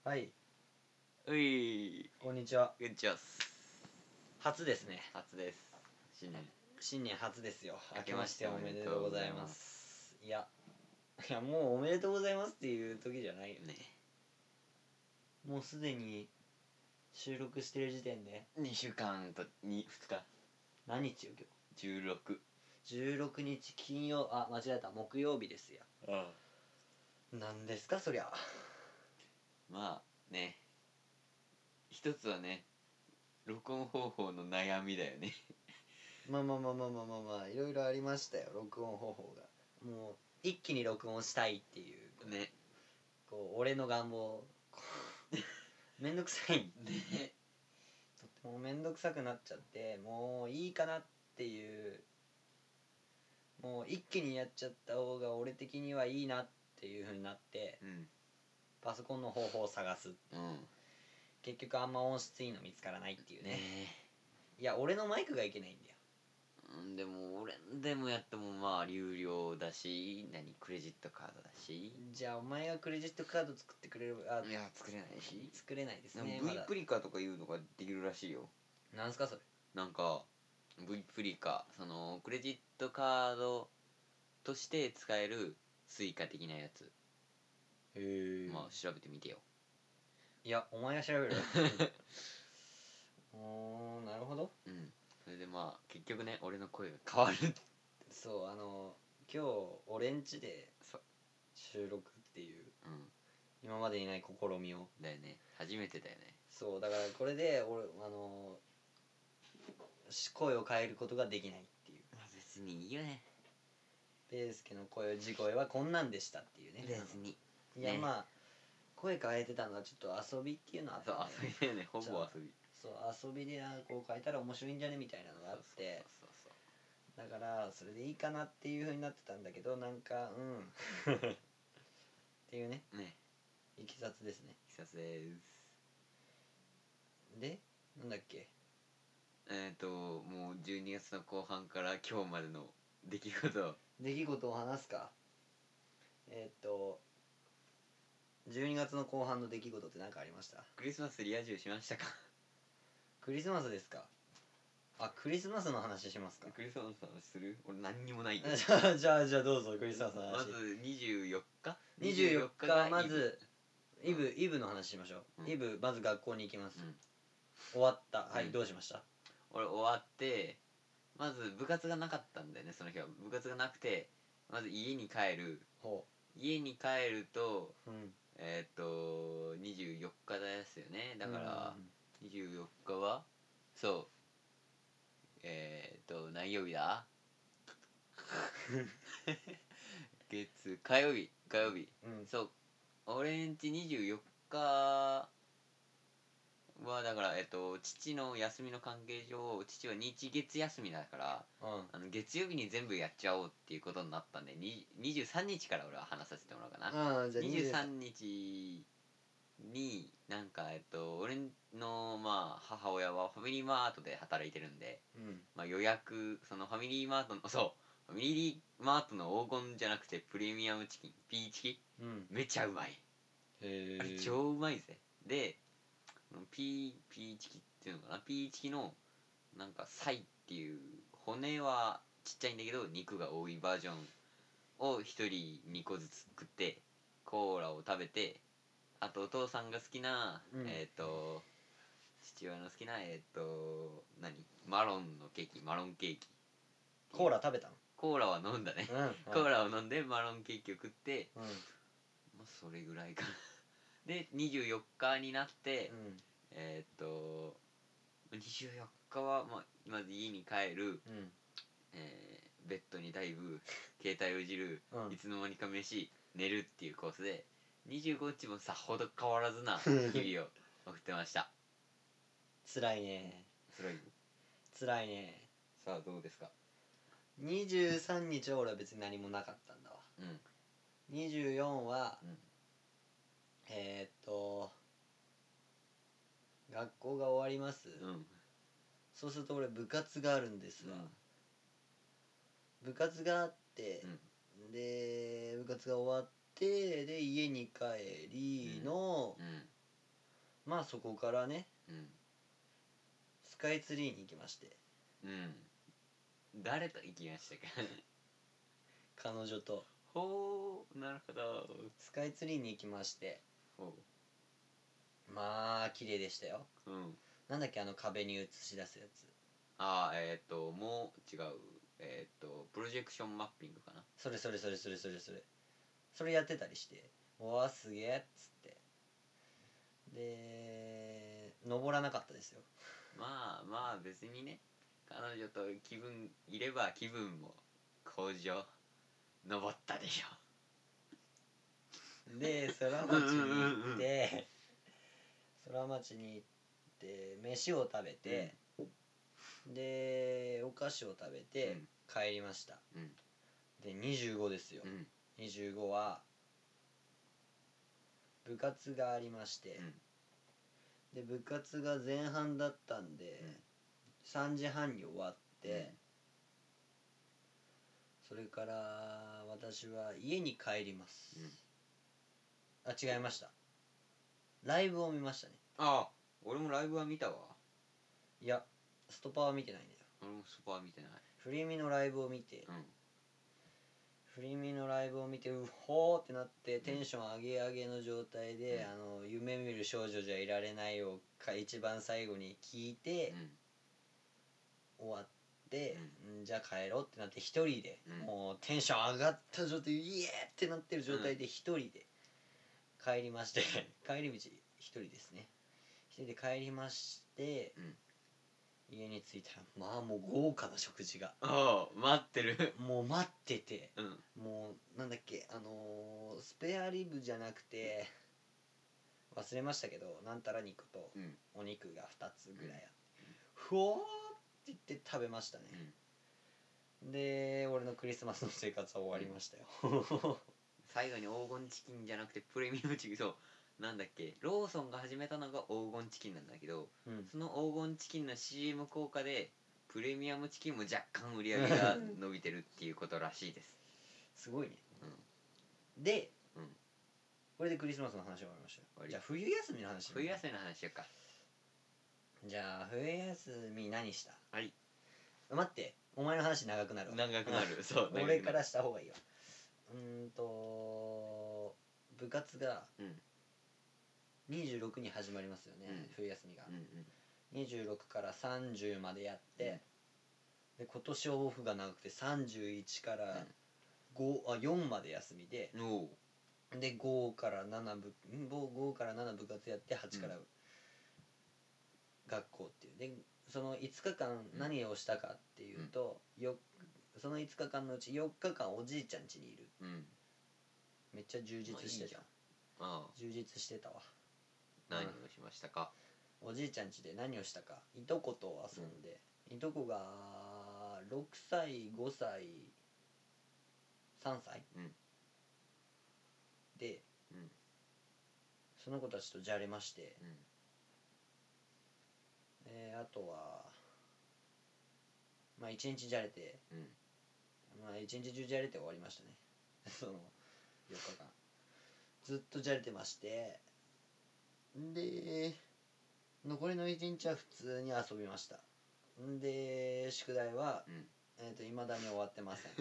はい、 うい、 こんにちは。 こんにちは。 初ですね。 初です。 新年初ですよ。明明けましおけましてておめでとうございめでとうございま。 ますいやもうおめでとうございますっていう時じゃないよね。 ね。 もうすでに収録してる時点で 2週間と2日何日よ今 16。 日。16日金曜、あ、間違えた、木曜日ですよ。 あなんですかそりゃ。 まあね、一つはね、録音方法の悩みだよね。 まあまあまあまあまあまあまあいろいろありましたよ、録音方法が。もう一気に録音したいっていうね。 こう俺の願望めんどくさい。 ね。 とってもめんどくさくなっちゃって、もういいかなっていう、もう一気にやっちゃった方が俺的にはいいなっていう風になって、 うん。 パソコンの方法を探す。 うん。 結局あんま音質いいの見つからないっていうね。 ね。 いや俺のマイクがいけないんだよ。 でも俺でもやってもまあ有料だし、クレジットカードだし。 じゃあお前がクレジットカード作ってくれる。 いや作れないし。 作れないですね。 V まだプリカとかいうのができるらしいよ。 なんすかそれ。 なんか V プリカ、そのクレジットカードとして使えるスイカ的なやつ。 へえ。 まあ調べてみてよ。 いやお前が調べるなるほど。 うんそれでまあ結局ね、俺の声が変わる。 そう今日俺ん家でそう収録っていうう今までにない試みを。 んだよね、初めてだよね。 そうだからこれで俺声を変えることができないっていう。 別にいいよね。 ペースケの地声はこんなんでしたっていうね。 別にいや、 ね。 まあ声変えてたのはちょっと遊びっていうのはあったそうね。 遊びだよね、ほぼ遊び。 そう遊びでこう変えたら面白いんじゃねみたいなのがあって、だからそれでいいかなっていう風になってたんだけど、なんかっていうね、 ね。 いきさつですね。 久々です。 でなんだっけ。 もう12月の後半から今日までの出来事。 出来事を話すか。12月の後半の出来事って何かありました？ クリスマスリア充しましたか？ クリスマスですか。あ、クリスマスの話しますか。 クリスマスの話する？俺何にもないけど。 じゃあどうぞクリスマスの話。 まず24日 24日がまずイブイブの話しましょう。イブまず学校に行きます。 うん終わった。はい、 うんどうしました？ 俺終わって、まず部活がなかったんだよね、その日は。部活がなくて、まず家に帰る。 ほ家に帰ると、 う。 24日ですよね。だうからん 24日はそう何曜日だ？火曜日、 うんそう。俺んち24日はだから、父の休みの関係上、父は日月休みだから、月曜日に全部やっちゃおうっていうことになったんで、23日から俺は話させてもらおうかな。 じゃあ 23日になんか俺のまあ母親はファミリーマートで働いてるんで、まあ、予約、そのファミリーマートのファミリーマートの黄金じゃなくてプレミアムチキン、ピーチキ、めちゃうまい。 へあれ超うまいぜ。でピーチキっていうのかな、ピーチキのなんかサイっていう、骨はちっちゃいんだけど肉が多いバージョンを一人2個ずつ食って、コーラを食べて、あとお父さんが好きな、父親の好きな何マロンのケーキ、マロンケーキ。 コーラ食べたの？ コーラは飲んだね、コーラを飲んでマロンケーキを食って、まあそれぐらいかな。で24日になって、24日は、まず家に帰る、ベッドにだいぶ携帯をいじる、いつの間にか飯寝るっていうコースで、25日もさほど変わらずな日々を送ってました。 辛いね。 辛い。 辛いね。 さあどうですか？ 23日は俺は別に何もなかったんだわ。24は、学校が終わります、そうすると俺部活があるんですわ、部活があって、で部活が終わって、で家に帰りの、 まあそこからねうんスカイツリーに行きまして、 誰と行きましたか？ 彼女とほう、なるほど。 スカイツリーに行きまして、 ほまあ綺麗でしたよ。 う。 なんだっけ、壁に映し出すやつ。 もう違う。プロジェクションマッピングかな。 それそれそれそれそれそれそれやってたりして、うわすげえっつって、で登らなかったですよ。 まあまあ別にね、彼女と気分いれば気分も向上。登ったでしょ。 で空町に行って空町に行って飯を食べて、でお菓子を食べて帰りました。 うんで25ですよ、 うん 25は部活がありまして、で部活が前半だったんで、3時半に終わって、それから私は家に帰ります、あ、違いました、ライブを見ましたね。 ああ、俺もライブは見たわ。 いや、ストパーは見てないんだよ。 俺もスパー見てない。 フリミのライブを見て、フリミのライブを見て、うほーってなってテンション上げ上げの状態で、夢見る少女じゃいられないを一番最後に聞いて、終わって、じゃあ帰ろうってなって一人で、もうテンション上がった状態でイエーってなってる状態で一人で帰りまして帰り道一人ですね、一人で帰りまして、家に着いたらまあもう豪華な食事が待ってる。 もう待ってて、もうなんだっけ、スペアリブじゃなくて忘れましたけど、なんたら肉とお肉が2つぐらいあって、ふおーって言って食べましたね、で俺のクリスマスの生活は終わりましたよ、 最後に黄金チキンじゃなくてプレミアムチキン、そうなんだっけ、ローソンが始めたのが黄金チキンなんだけど、その黄金チキンの CM 効果でプレミアムチキンも若干売り上げが伸びてるっていうことらしいです。 すごいね、で、これでクリスマスの話終わりましたよ。じゃあ冬休みの話、 冬休みの話しようか。 じゃあ冬休み何した？ はい、 待って、お前の話長くなるわ。 長くなる。そう、 俺からした方がいいわ。部活が26に始まりますよね、冬休みが、26から30までやって、で今年オフが長くて31から4まで休みで、で5から7部活やって8から学校っていう。でその5日間何をしたかっていうと、その5日間のうち4日間おじいちゃん家にいる、めっちゃ充実してた。充実してたわ。 何をしましたか？ おじいちゃん家で何をしたか、いとこと遊んで、いとこが6歳5歳3歳、で、その子たちとじゃれまして、あとはまあ一日じゃれて、まあ一日中じゃれて終わりましたねその4日間ずっとじゃれてまして、で残りの1日は普通に遊びました。で宿題は、未だに終わってません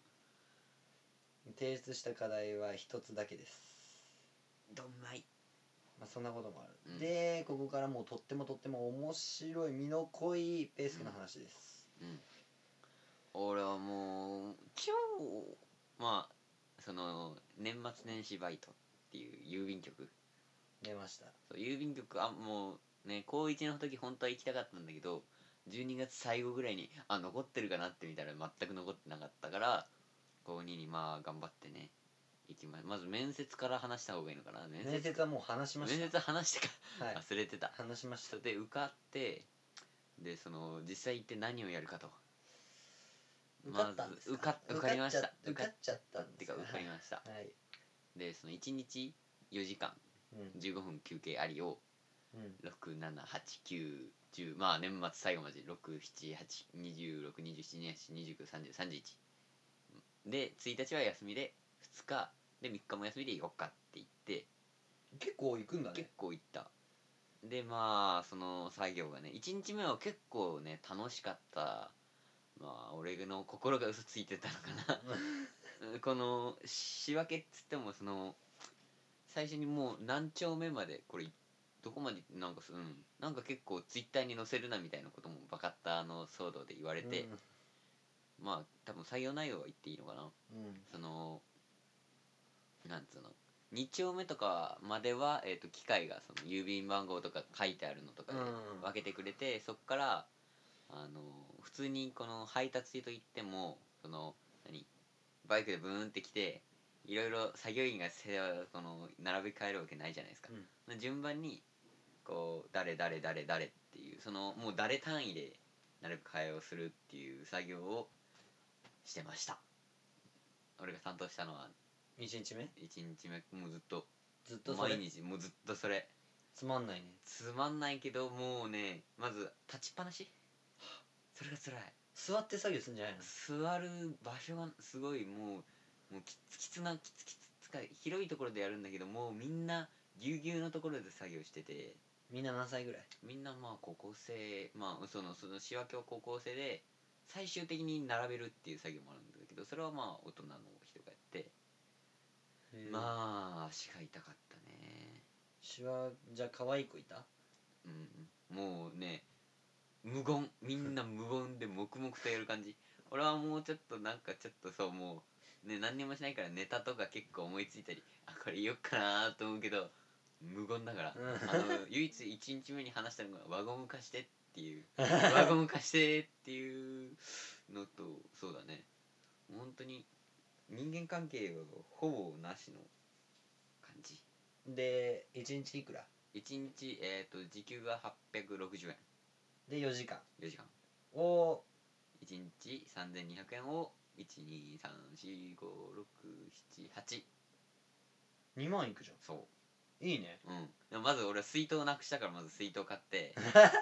提出した課題は一つだけです。 どんまい。 まあそんなこともある、でここからもうとってもとっても面白い身の濃いペースケの話です。 俺はもう超まあその年末年始バイトっていう郵便局出ました。 そう郵便局、もうね高1の時本当は行きたかったんだけど、12月最後ぐらいに残ってるかなって見たら全く残ってなかったから、高2にまあ頑張ってね行きまず面接から話した方がいいのかな。 面接はもう話しました。 面接話してか、 はい、 忘れてた。 話しました。 で受かって、でその実際行って何をやるかと。 受かったんですか？ 受かりました。 受かっちゃったんですか？ 受かりました、 はい、 でその1日4時間、15分休憩ありを、6789110、まあ年末最後まで678262728293031で1日は休みで2日で3日も休みで4日って言って、 結構行くんだね。 結構行った。 でまあその作業がね1日目は結構ね楽しかった。まあ俺の心が嘘ついてたのかなこの仕分けっつってもその最初にもう何丁目までこれどこまでなんかなんか結構ツイッターに載せるなみたいなこともバカッターの騒動で言われて、まあ多分採用内容は言っていいのかな、そのなんつうの2丁目とかまでは、機械がその郵便番号とか書いてあるのとかで分けてくれて、そっから普通にこの配達といってもそのバイクでブーンって来ていろいろ作業員がこの並び替えるわけないじゃないですか、順番にこう誰誰誰誰っていうそのもう誰単位で並び替えをするっていう作業をしてました。俺が担当したのは 1日目 1日目もうずっとそれ毎日もうずっとそれつまんないね。 つまんないけどもうねまず立ちっぱなしそれが辛い。 座って作業するんじゃないの？ 座る場所がすごいもうきつきつなきつきつか広いところでやるんだけどもうみんなぎゅうぎゅうのところで作業してて、 みんな何歳ぐらい？ みんなまあ高校生まあその仕分けは高校生で最終的に並べるっていう作業もあるんだけどそれはまあ大人の人がやってまあ足が痛かったね。 シワじゃあ可愛い子いた？ もうね無言みんな無言で黙々とやる感じ。俺はもうちょっとなんかちょっとそうもうね何にもしないからネタとか結構思いついたりこれ言おっかなと思うけど無言だから、唯一1日目に話したのが輪ゴム貸してっていう輪ゴム貸してっていうのとそうだね本当に人間関係はほぼなしの感じで1日いくら ？1日時給が860円で4時間 4時間を 1日3200円を123456782 万いくじゃん。 そういいね。 でもまず俺は水筒なくしたからまず水筒買って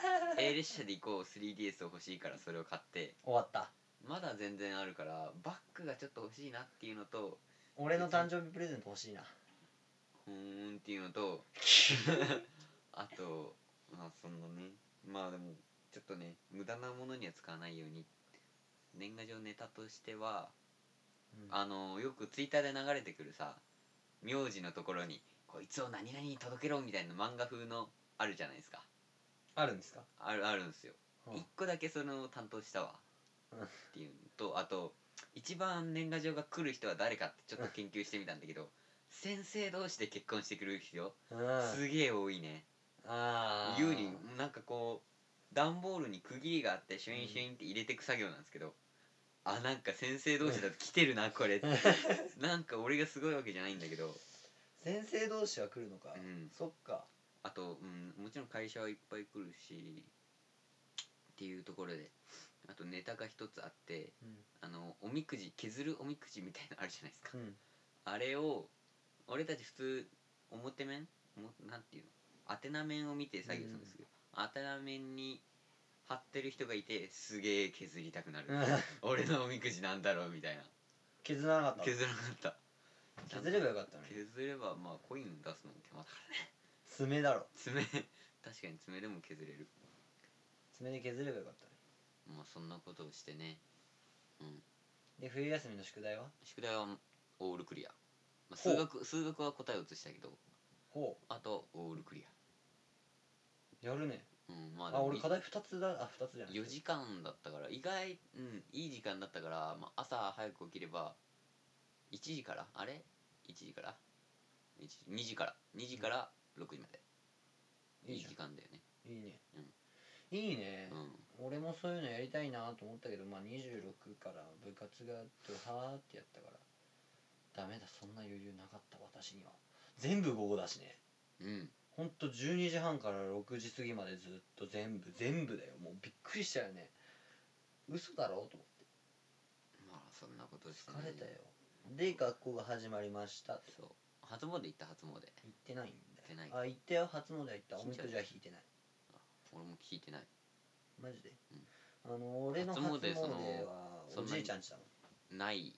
A 列車で行こう 3DS を欲しいからそれを買って終わった。 まだ全然あるからバッグがちょっと欲しいなっていうのと俺の誕生日プレゼント欲しいな。 っていうのとあとまあそのねまあでもちょっとね無駄なものには使わないように年賀状ネタとしては、よくツイッターで流れてくるさ名字のところにこいつを何々に届けろみたいな漫画風のあるじゃないですか。 あるんですか？ あるんですよ。一個だけその担当したわっていうのとあと一番年賀状が来る人は誰かってちょっと研究してみたんだけど先生同士で結婚してくる人すげえ多いね。言うになんかこう段ボールに区切りがあってシュインシュインって入れてく作業なんですけど、なんか先生同士だと来てるなこれってなんか俺がすごいわけじゃないんだけど先生同士は来るのか。そっか。 あと、もちろん会社はいっぱい来るしっていうところであとネタが一つあって、おみくじ削るおみくじみたいなのあるじゃないですか、あれを俺たち普通表面なんていうの宛名面を見て作業するんですけど、宛名面に貼ってる人がいてすげえ削りたくなる俺のおみくじなんだろうみたいな。 削らなかった。 削らなかった削ればよかったのに。 削ればまあコイン出すのも手間だからね。 爪だろ。 爪確かに爪でも削れる。 爪で削ればよかったのに。 まあそんなことをしてね。 で冬休みの宿題はオールクリア、数学は答えを移したけどあとオールクリアやるね。 まあ俺課題2つだ。2つじゃない 4時間だったから意外いい時間だったから、朝早く起きれば1時から1時から2時から6時までいい時間だよね。 いいね。いいね。俺もそういうのやりたいなと思ったけど26から部活がドハーってやったからダメだ。そんな余裕なかった私には。全部午後だしね。ほんと12時半から6時過ぎまでずっと全部だよ。もうびっくりしたよね。嘘だろうと思って。 まあそんなことですね。 疲れたよ。で学校が始まりました。 そう初詣行った。初詣行ってないんだよ。 行行ったよ。初詣は行った。おみくじは引いてない。 俺も聞いてない。 マジで、俺の初詣はおじいちゃんちだもん。 ない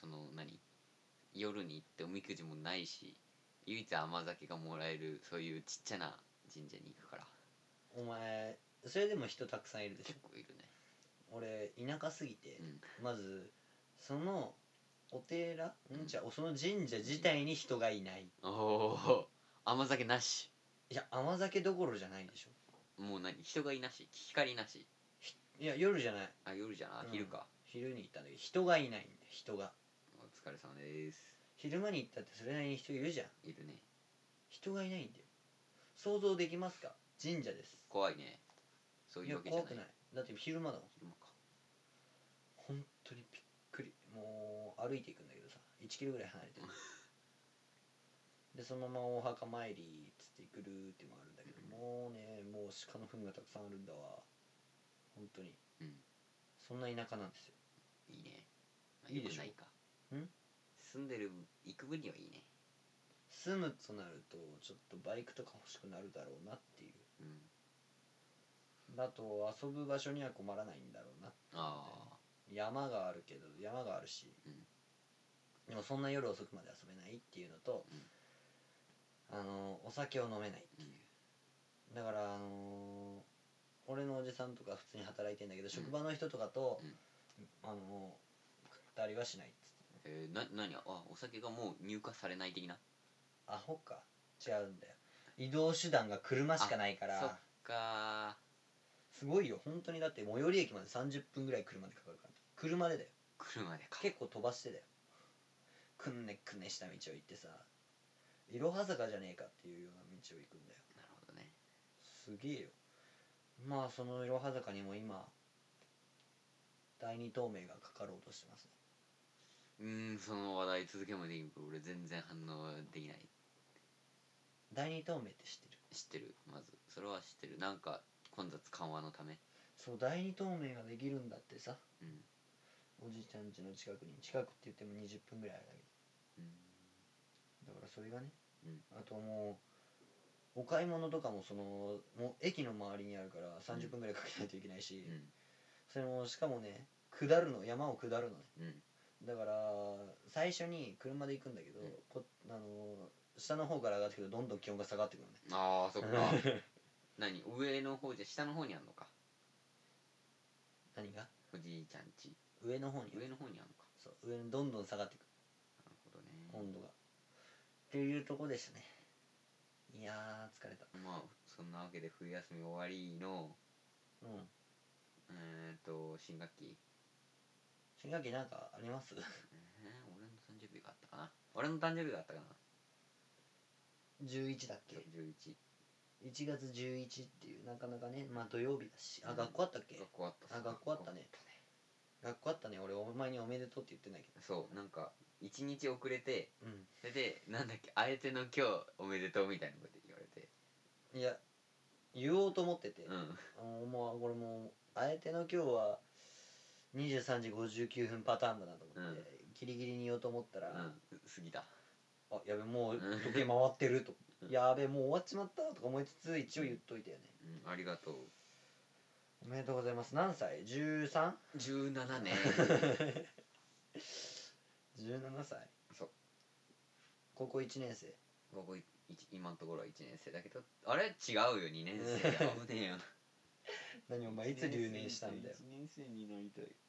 夜に行っておみくじもないし唯一甘酒がもらえるそういうちっちゃな神社に行くからお前それでも人たくさんいるでしょ。 結構いるね。 俺田舎すぎて、 うんまずそのお寺、 うんじゃあその神社自体に人がいない。 おお甘酒なし。 いや甘酒どころじゃないでしょ。 もう何人がいなし光なし。 いや夜じゃない。 あ夜じゃな、昼か。 昼に行ったんだけど人がいないんだよ。人がお疲れ様です。 昼間に行ったってそれなりに人いるじゃん。 いるね。 人がいないんだよ。想像できますか？神社です。 怖いね。そういやいうわけじゃない。 怖くない。だって昼間だもん。 昼間か。 本当にびっくり。もう歩いていくんだけどさ、1キロぐらい離れてるでそのままお墓参りっつってくるっていうのもあるんだけど、もうねもう鹿の糞がたくさんあるんだわ本当に。 うん。 そんな田舎なんですよ。 いいね。 いいでしょ。 よくないか。 ん住んでる行く分にはいいね。 住むとなるとちょっとバイクとか欲しくなるだろうなっていう。だと遊ぶ場所には困らないんだろうな。 ああ。 山があるけど山があるし、でもそんな夜遅くまで遊べないっていうのと、お酒を飲めないっていう、だから俺のおじさんとか普通に働いてんだけど、職場の人とかと、食ったりはしないっつって。 何お酒がもう入荷されない的な。 アホか。違うんだよ。移動手段が車しかないかそっら。 かすごいよ本当に。だって最寄り駅まで30分ぐらい車でかかるから。車でだよ。 車でか。 結構飛ばしてだよ。くんねくんねした道を行ってさ、いろは坂じゃねえかっていうような道を行くんだよ。 なるほどね。 すげえよ。まあそのいろは坂にも今第二東名がかかろうとしてますね。 その話題続けもできんけど俺全然反応できない。 第二東名って知ってる？ 知ってる。まずそれは知ってる。なんか混雑緩和のため。 そう第二東名ができるんだってさ。 うんおじいちゃん家の近くに、近くって言っても20分ぐらいあるだけど、だからそれがね、あともうお買い物とかももう駅の周りにあるから30分ぐらいかけないといけないし、それもしかもね下るの、山を下るのね、だから最初に車で行くんだけど、下の方から上がってくるとどんどん気温が下がってくるのね。 ああそっか何上の方じゃ下の方にあんのか。 何が？ おじいちゃんち上の方に。 上の方にあんのか。 そう上にどんどん下がってくる。 なるほどね。 温度がっていうとこでしたね。いやー疲れた。 まあそんなわけで冬休み終わりの新学期。 新学期なんかあります？ 俺の誕生日があったかな。俺の誕生日があったかな。 11だっけ 11。 1月11っていうなかなかね、まあ土曜日だし、学校あったっけ？ 学校あった。 学校あったね。学校あったね。俺お前におめでとうって言ってないけど。 そうなんか1日遅れて、それでなんだっけあえての今日おめでとうみたいなこと言われて。 いや言おうと思ってて、もう俺もあえての今日は23時59分パターンだなと思って、ギリギリに言おうと思ったら、 過ぎた。 あやべもう時計回ってると、やべもう終わっちまったとか思いつつ一応言っといたよね。 ありがとう。 おめでとうございます。何歳？ 13？ 17年 17歳。 そう高校1年生。 高校今のところは1年生だけど、あれ違うよ2年生。危ねえよ何お前いつ留年したんだよ。 1年生になりたい。